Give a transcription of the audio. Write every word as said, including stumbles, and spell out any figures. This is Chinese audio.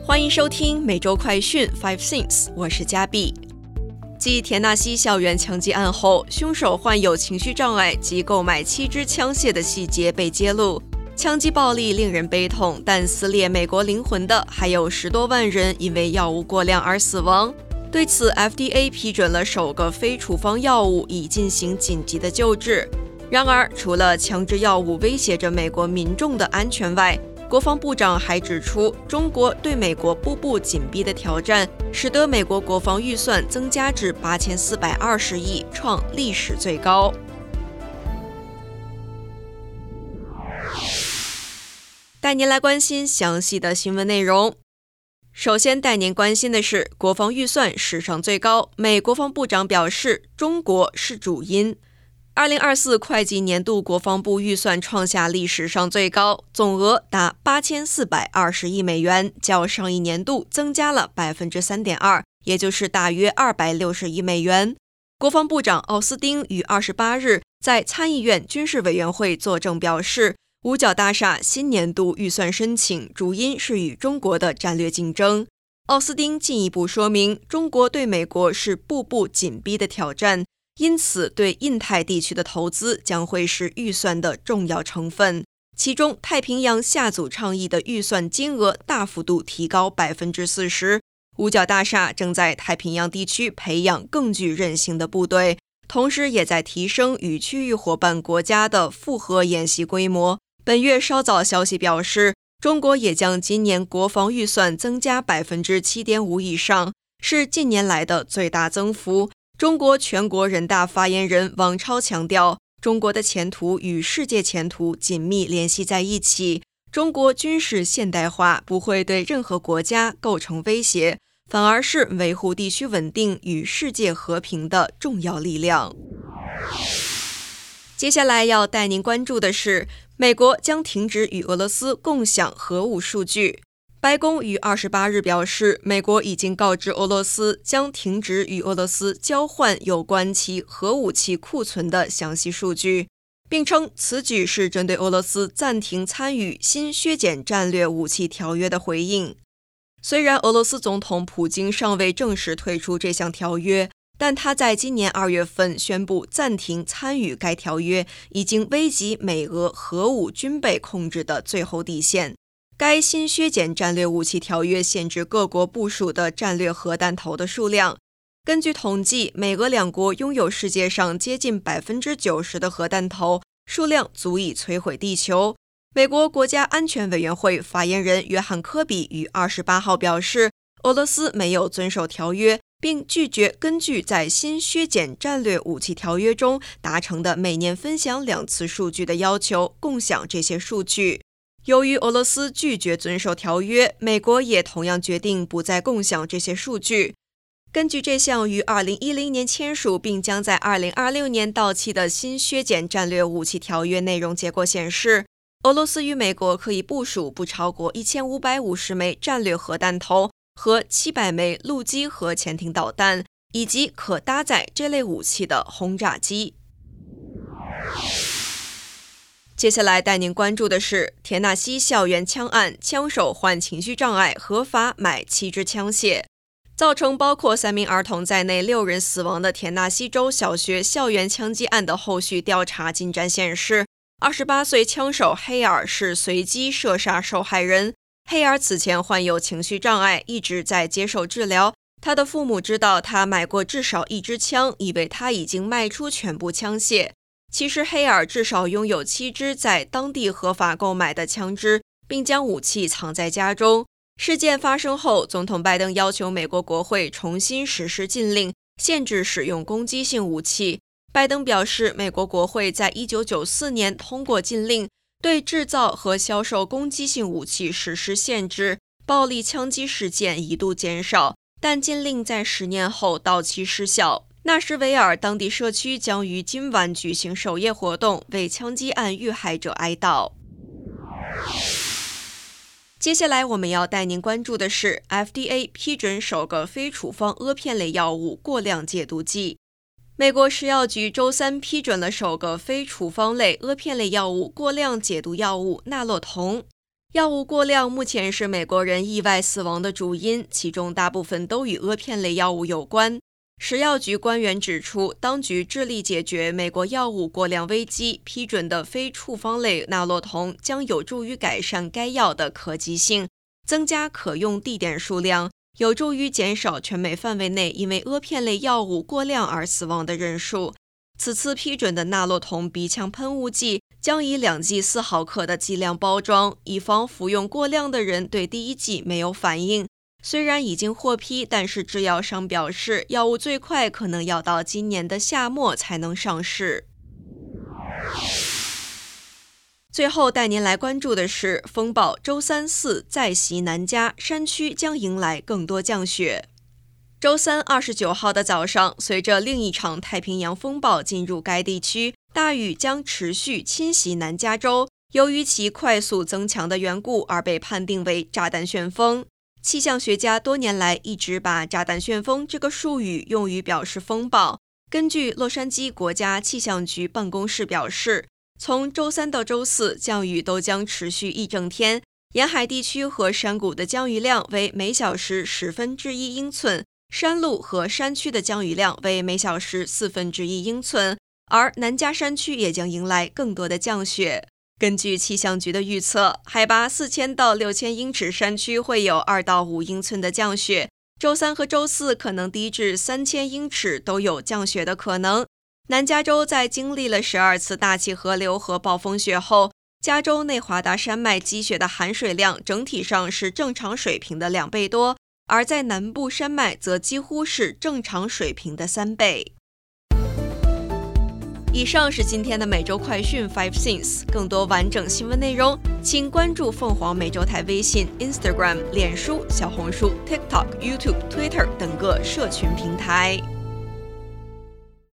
欢迎收听每周快讯 Five Things， 我是嘉碧。继田纳西校园枪击案后，凶手患有情绪障碍及购买七支枪械的细节被揭露。枪击暴力令人悲痛，但撕裂美国灵魂的还有十多万人因为药物过量而死亡。对此 ，F D A 批准了首个非处方药物以进行紧急的救治。然而，除了枪支药物威胁着美国民众的安全外，国防部长还指出，中国对美国步步紧逼的挑战，使得美国国防预算增加至八千四百二十亿，创历史最高。带您来关心详细的新闻内容。首先带您关心的是，国防预算史上最高，美国防部长表示，中国是主因。二零二四会计年度国防部预算创下历史上最高，总额达八千四百二十亿美元，较上一年度增加了 百分之三点二， 也就是大约二百六十亿美元。国防部长奥斯汀于二十八日在参议院军事委员会作证表示，五角大厦新年度预算申请主因是与中国的战略竞争。奥斯汀进一步说明，中国对美国是步步紧逼的挑战，因此对印太地区的投资将会是预算的重要成分。其中，太平洋下组倡议的预算金额大幅度提高 百分之四十。五角大厦正在太平洋地区培养更具韧性的部队，同时也在提升与区域伙伴国家的复合演习规模。本月稍早消息表示，中国也将今年国防预算增加 百分之七点五 以上，是近年来的最大增幅。中国全国人大发言人王超强调，中国的前途与世界前途紧密联系在一起，中国军事现代化不会对任何国家构成威胁，反而是维护地区稳定与世界和平的重要力量。接下来要带您关注的是，美国将停止与俄罗斯共享核武数据。白宫于二十八日表示，美国已经告知俄罗斯将停止与俄罗斯交换有关其核武器库存的详细数据，并称此举是针对俄罗斯暂停参与新削减战略武器条约的回应。虽然俄罗斯总统普京尚未正式退出这项条约，但他在今年二月份宣布暂停参与该条约，已经危及美俄核武军备控制的最后底线。该新削减战略武器条约限制各国部署的战略核弹头的数量。根据统计，美俄两国拥有世界上接近 百分之九十 的核弹头，数量足以摧毁地球。美国国家安全委员会发言人约翰科比于二十八号表示，俄罗斯没有遵守条约，并拒绝根据在新削减战略武器条约中达成的每年分享两次数据的要求，共享这些数据。由于俄罗斯拒绝遵守条约，美国也同样决定不再共享这些数据。根据这项于二零一零年签署并将在二零二六年到期的新削减战略武器条约内容结果显示，俄罗斯与美国可以部署不超过一千五百五十枚战略核弹头和七百枚陆基和潜艇导弹，以及可搭载这类武器的轰炸机。接下来带您关注的是，田纳西校园枪案，枪手患情绪障碍，合法买七支枪械。造成包括三名儿童在内六人死亡的田纳西州小学校园枪击案的后续调查进展显示，二十八岁枪手黑尔是随机射杀受害人。黑尔此前患有情绪障碍，一直在接受治疗。他的父母知道他买过至少一支枪，以为他已经卖出全部枪械。其实黑尔至少拥有七支在当地合法购买的枪支，并将武器藏在家中。事件发生后，总统拜登要求美国国会重新实施禁令，限制使用攻击性武器。拜登表示，美国国会在一九九四年通过禁令，对制造和销售攻击性武器实施限制，暴力枪击事件一度减少，但禁令在十年后到期失效。纳什维尔当地社区将于今晚举行守夜活动，为枪击案遇害者哀悼。接下来我们要带您关注的是 F D A 批准首个非处方阿片类药物过量解毒剂。美国食药局周三批准了首个非处方类阿片类药物过量解毒药物纳洛酮。 药物过量目前是美国人意外死亡的主因，其中大部分都与阿片类药物有关。食药局官员指出，当局致力解决美国药物过量危机，批准的非处方类纳洛酮将有助于改善该药的可及性，增加可用地点数量，有助于减少全美范围内因为阿片类药物过量而死亡的人数。此次批准的纳洛酮鼻腔喷雾剂将以两剂四毫克的剂量包装，以防服用过量的人对第一剂没有反应。虽然已经获批，但是制药商表示，药物最快可能要到今年的夏末才能上市。最后带您来关注的是，风暴周三四再袭南加，山区将迎来更多降雪。周三二十九号的早上，随着另一场太平洋风暴进入该地区，大雨将持续侵袭南加州，由于其快速增强的缘故而被判定为炸弹旋风。气象学家多年来一直把炸弹旋风这个术语用于表示风暴。根据洛杉矶国家气象局办公室表示，从周三到周四，降雨都将持续一整天，沿海地区和山谷的降雨量为每小时十分之一英寸，山路和山区的降雨量为每小时四分之一英寸，而南加山区也将迎来更多的降雪。根据气象局的预测，海拔四千到六千英尺山区会有二到五英寸的降雪，周三和周四可能低至三千英尺都有降雪的可能。南加州在经历了十二次大气河流和暴风雪后，加州内华达山脉积雪的含水量整体上是正常水平的两倍多，而在南部山脉则几乎是正常水平的三倍。以上是今天的每周快讯 Five Things， 更多完整新闻内容，请关注凤凰美洲台微信、Instagram、脸书、小红书、TikTok、YouTube、Twitter 等各社群平台。